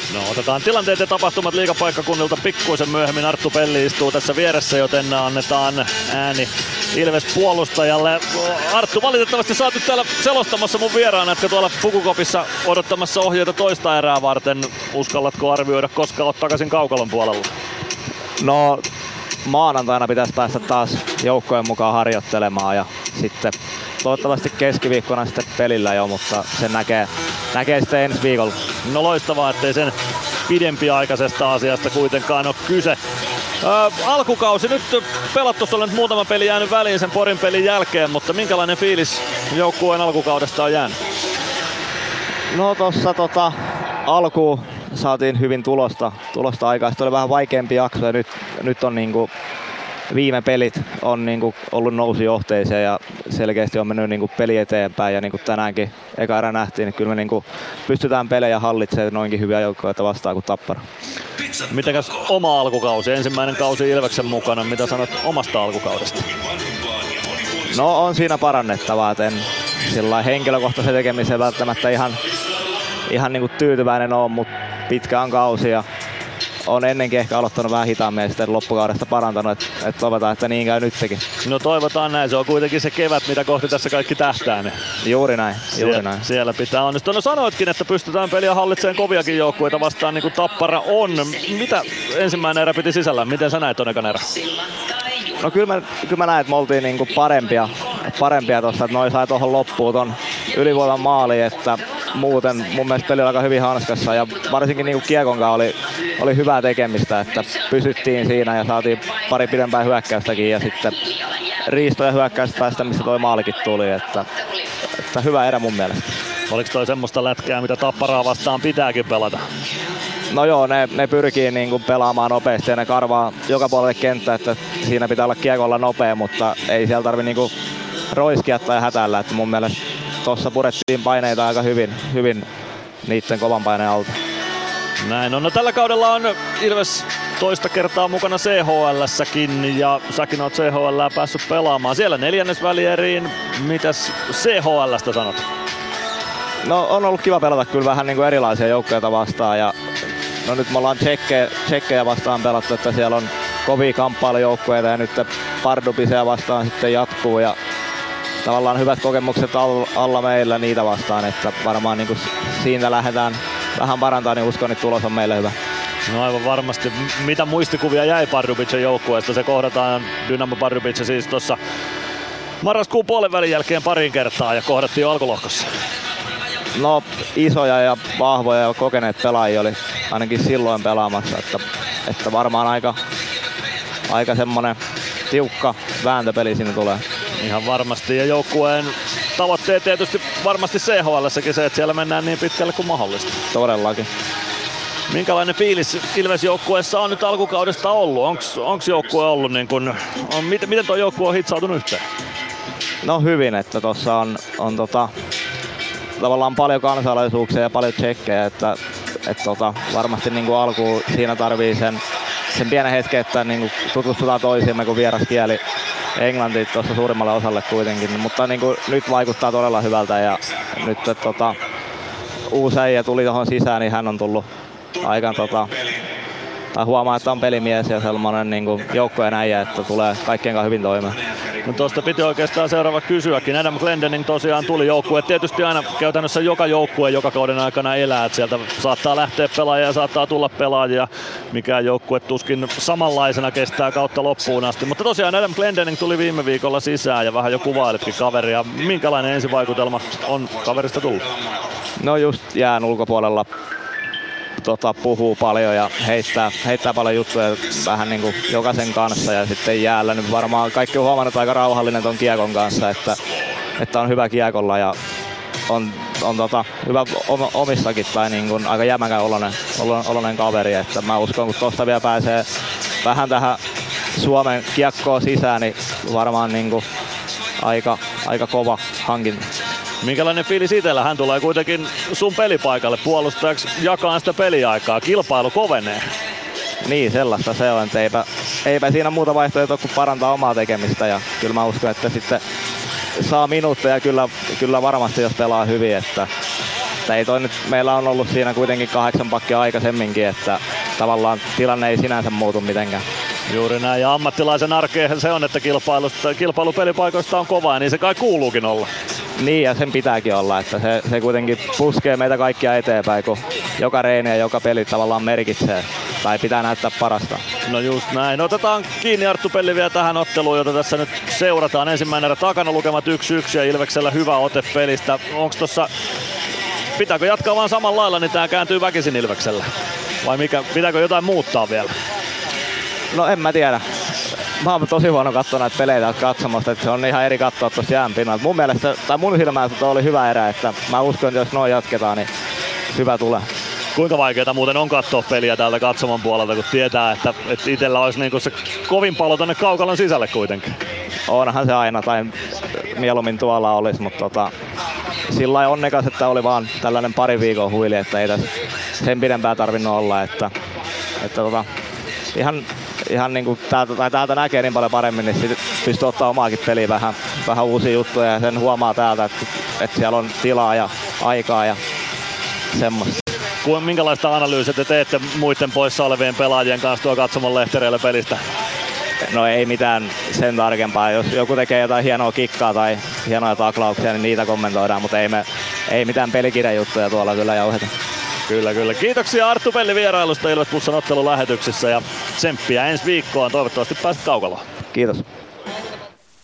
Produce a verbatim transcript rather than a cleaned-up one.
No otetaan tilanteet ja tapahtumat liigapaikkakunnilta pikkuisen myöhemmin. Arttu Pelli istuu tässä vieressä, joten annetaan ääni Ilves puolustajalle. Arttu, valitettavasti sä oot nyt täällä selostamassa mun vieraana, jotka tuolla Pukukopissa odottamassa ohjeita toista erää varten. Uskallatko arvioida, koska oot takaisin Kaukalon puolella? No maanantaina pitäisi päästä taas joukkojen mukaan harjoittelemaan ja sitten toivottavasti keskiviikkona sitten pelillä jo, mutta sen näkee, näkee sitten ensi viikolla. No loistavaa, ettei sen pidempiaikaisesta asiasta kuitenkaan ole kyse. Ää, alkukausi nyt pelattu, sulla nyt muutama peli jäänyt väliin sen Porin pelin jälkeen, mutta minkälainen fiilis joukkueen alkukaudesta on jäänyt? No tossa tota, alkuun saatiin hyvin tulosta, tulosta aikaa. Sitten oli vähän vaikeampi jakso ja nyt, nyt on niinku viime pelit on niinku ollut nousujohteisia ja selkeästi on mennyt niinku peli eteenpäin ja niinku tänäänkin eka erä nähtiin, niin kyllä me niinku pystytään pelejä hallitsemaan noinkin hyviä joukkoja vastaan kuin Tappara. Mitenkäs oma alkukausi, ensimmäinen kausi Ilveksen mukana, mitä sanot omasta alkukaudesta? No on siinä parannettavaa, et en sillä henkilökohtaisen tekemiseen välttämättä ihan, ihan niinku tyytyväinen ole, mutta pitkä on kausi ja on ennenkin ehkä aloittanut vähän hitaammin ja sitten loppukaudesta parantanut, että et toivotaan, että niin käy nytkin. No toivotaan näin, se on kuitenkin se kevät, mitä kohti tässä kaikki tähtää. Niin juuri näin, juuri Sie- näin. Siellä pitää onnistua. No sanoitkin, että pystytään peliä hallitsemaan koviakin joukkueita vastaan niin kuin Tappara on. Mitä ensimmäinen erä piti sisällään? Miten sä näet ton ekan erä? No kyllä mä, kyllä mä näin, että me oltiin niinku parempia, parempia tossa, että noi sai tuohon loppuun ton ylivoiman maaliin, että muuten mun mielestä peli oli aika hyvin hanskassa ja varsinkin niinku kiekon kanssa oli, oli hyvää tekemistä, että pysyttiin siinä ja saatiin pari pidempää hyökkäystäkin ja sitten riisto- ja hyökkäyspäästä, missä toi maalikin tuli, että, että hyvä erä mun mielestä. Oliko toi semmoista lätkää, mitä Tapparaa vastaan pitääkin pelata? No joo, ne, ne pyrkii niinku pelaamaan nopeasti ja ne karvaa joka puolelle kenttää, että siinä pitää olla kiekolla nopea, mutta ei siellä tarvi niinku roiskia tai hätäillä, että mun mielestä tossa purettiin paineita aika hyvin, hyvin niitten kovan paineen alta. Näin on. No, tällä kaudella on Ilves toista kertaa mukana C H L:ssäkin ja säkin oot C H L:ää päässyt pelaamaan. Siellä neljännesvälieriin. Mitäs C H L:stä sanot? No on ollut kiva pelata kyllä vähän niinku erilaisia joukkoja vastaan ja no nyt me ollaan tsekkejä, tsekkejä vastaan pelattu, että siellä on kovia kamppailujoukkueita ja nyt Pardubicea vastaan sitten jatkuu ja tavallaan hyvät kokemukset alla meillä niitä vastaan, että varmaan niinku siitä lähdetään vähän parantaa, niin uskon, että tulos on meille hyvä. No aivan varmasti. Mitä muistikuvia jäi Pardubicen joukkueesta? Se kohdataan Dynamo Pardubice siis tuossa marraskuun puolen välin jälkeen parin kertaa ja kohdattiin jo alkulohkossa. No isoja ja vahvoja ja kokeneet pelaajia oli ainakin silloin pelaamassa, että, että varmaan aika, aika semmonen tiukka vääntöpeli siinä tulee. Ihan varmasti ja joukkueen tavoitteet tietysti varmasti C H L:ssäkin se, että siellä mennään niin pitkälle kuin mahdollista. Todellakin. Minkälainen fiilis Ilves-joukkueessa on nyt alkukaudesta ollut? Onks, onks joukkue ollut niin kun, on, miten, miten tuo joukkue on hitsautunut yhteen? No hyvin, että tossa on, on tota, tavallaan paljon kansalaisuuksia ja paljon tsekkejä, että et tota, varmasti niinku alkuun siinä tarvii sen, sen pienen hetken, että niinku tutustutaan toisiimme kuin vieraskieli. Englanti tuossa suurimmalle osalle kuitenkin, mutta niinku nyt vaikuttaa todella hyvältä ja nyt et, tota, uusi äijä tuli tuohon sisään, niin hän on tullut aikaan tota, tai huomaa, että on pelimies ja sellainen niinku joukkojen äijä, että tulee kaikkien kanssa hyvin toimeen. No tuosta piti oikeastaan seuraava kysyäkin. Adam Glendening tosiaan tuli joukkue. Tietysti aina käytännössä joka joukkue joka kauden aikana elää. Että sieltä saattaa lähteä pelaajia ja saattaa tulla pelaajia. Mikään joukkue tuskin samanlaisena kestää kautta loppuun asti. Mutta tosiaan Adam Glendening tuli viime viikolla sisään ja vähän jo kuvailitkin kaveria. Minkälainen ensivaikutelma on kaverista tullut? No just jään ulkopuolella. Tota, puhuu paljon ja heittää, heittää paljon juttuja vähän niin kuin jokaisen kanssa ja sitten jäällä nyt varmaan kaikki on huomannut aika rauhallinen ton kiekon kanssa, että, että on hyvä kiekolla ja on, on tota, hyvä omissakin tai niin kuin aika jämäkän oloinen, oloinen kaveri, että mä uskon kun tosta vielä pääsee vähän tähän Suomen kiekkoon sisään, niin varmaan niin kuin aika, aika kova hankinta. Minkälainen fiilis itsellä? Hän tulee kuitenkin sun pelipaikalle puolustajaksi jakaa sitä peliaikaa. Kilpailu kovenee. Niin, sellaista se on. Eipä, eipä siinä muuta vaihtoehtoa kuin parantaa omaa tekemistä. Ja kyllä mä uskon, että sitten saa minuutteja kyllä, kyllä varmasti, jos pelaa hyvin. Että, Että ei toi nyt, meillä on ollut siinä kuitenkin kahdeksan pakkia aikaisemminkin, että tavallaan tilanne ei sinänsä muutu mitenkään. Juuri näin, ja ammattilaisen arkeen se on, että kilpailu pelipaikoista on kovaa, ja niin se kai kuuluukin olla. Niin, ja sen pitääkin olla, että se, se kuitenkin puskee meitä kaikkia eteenpäin, kun joka reeni ja joka peli tavallaan merkitsee, tai pitää näyttää parasta. No just näin. Otetaan kiinni Arttu Pelli vielä tähän otteluun, jota tässä nyt seurataan. Ensimmäinen erä takana, lukemat yksi yksi ja Ilveksellä hyvä ote pelistä. Onks tossa, pitääkö jatkaa vaan samalla lailla, niin tää kääntyy väkisin Ilveksellä? Vai mikä, pitääkö jotain muuttaa vielä? No en mä tiedä. Mä oon tosi huono katsoa näitä pelejä katsomasta, että se on ihan eri katsoa tuossa jään pinnalla. Mun mielestä, tai mun silmään se oli hyvä erä, että mä uskon, että jos noin jatketaan, niin hyvä tulee. Kuinka vaikeaa muuten on katsoa peliä täältä katsoman puolelta, kun tietää, että, että itsellä olisi niinku se kovin pallo tonne kaukalon sisälle kuitenkin? Onhan se aina, tai mieluummin tuolla olisi, mutta tota, sillä lailla onnekas, että oli vaan tällainen pari viikon huili, että ei tässä sen pidempään tarvinnut olla, että, että tota, ihan Ihan niin kuin täältä, tai täältä näkee niin paljon paremmin, niin sit pystyy ottaa omaakin peliä vähän, vähän uusia juttuja ja sen huomaa täältä, että, että siellä on tilaa ja aikaa ja semmoista. Minkälaista analyysiä te teette muiden poissa olevien pelaajien kanssa tuo katsomon lehtereillä pelistä? No ei mitään sen tarkempaa. Jos joku tekee jotain hienoa kikkaa tai hienoja taklauksia, niin niitä kommentoidaan, mutta ei, me, ei mitään pelikirjajuttuja tuolla kyllä jauheta. Kyllä, kyllä. Kiitoksia Arttu Pelli vierailusta Ilves Plusan ottelun lähetyksessä ja tsemppiä ensi viikkoon. Toivottavasti pääset kaukaloon. Kiitos.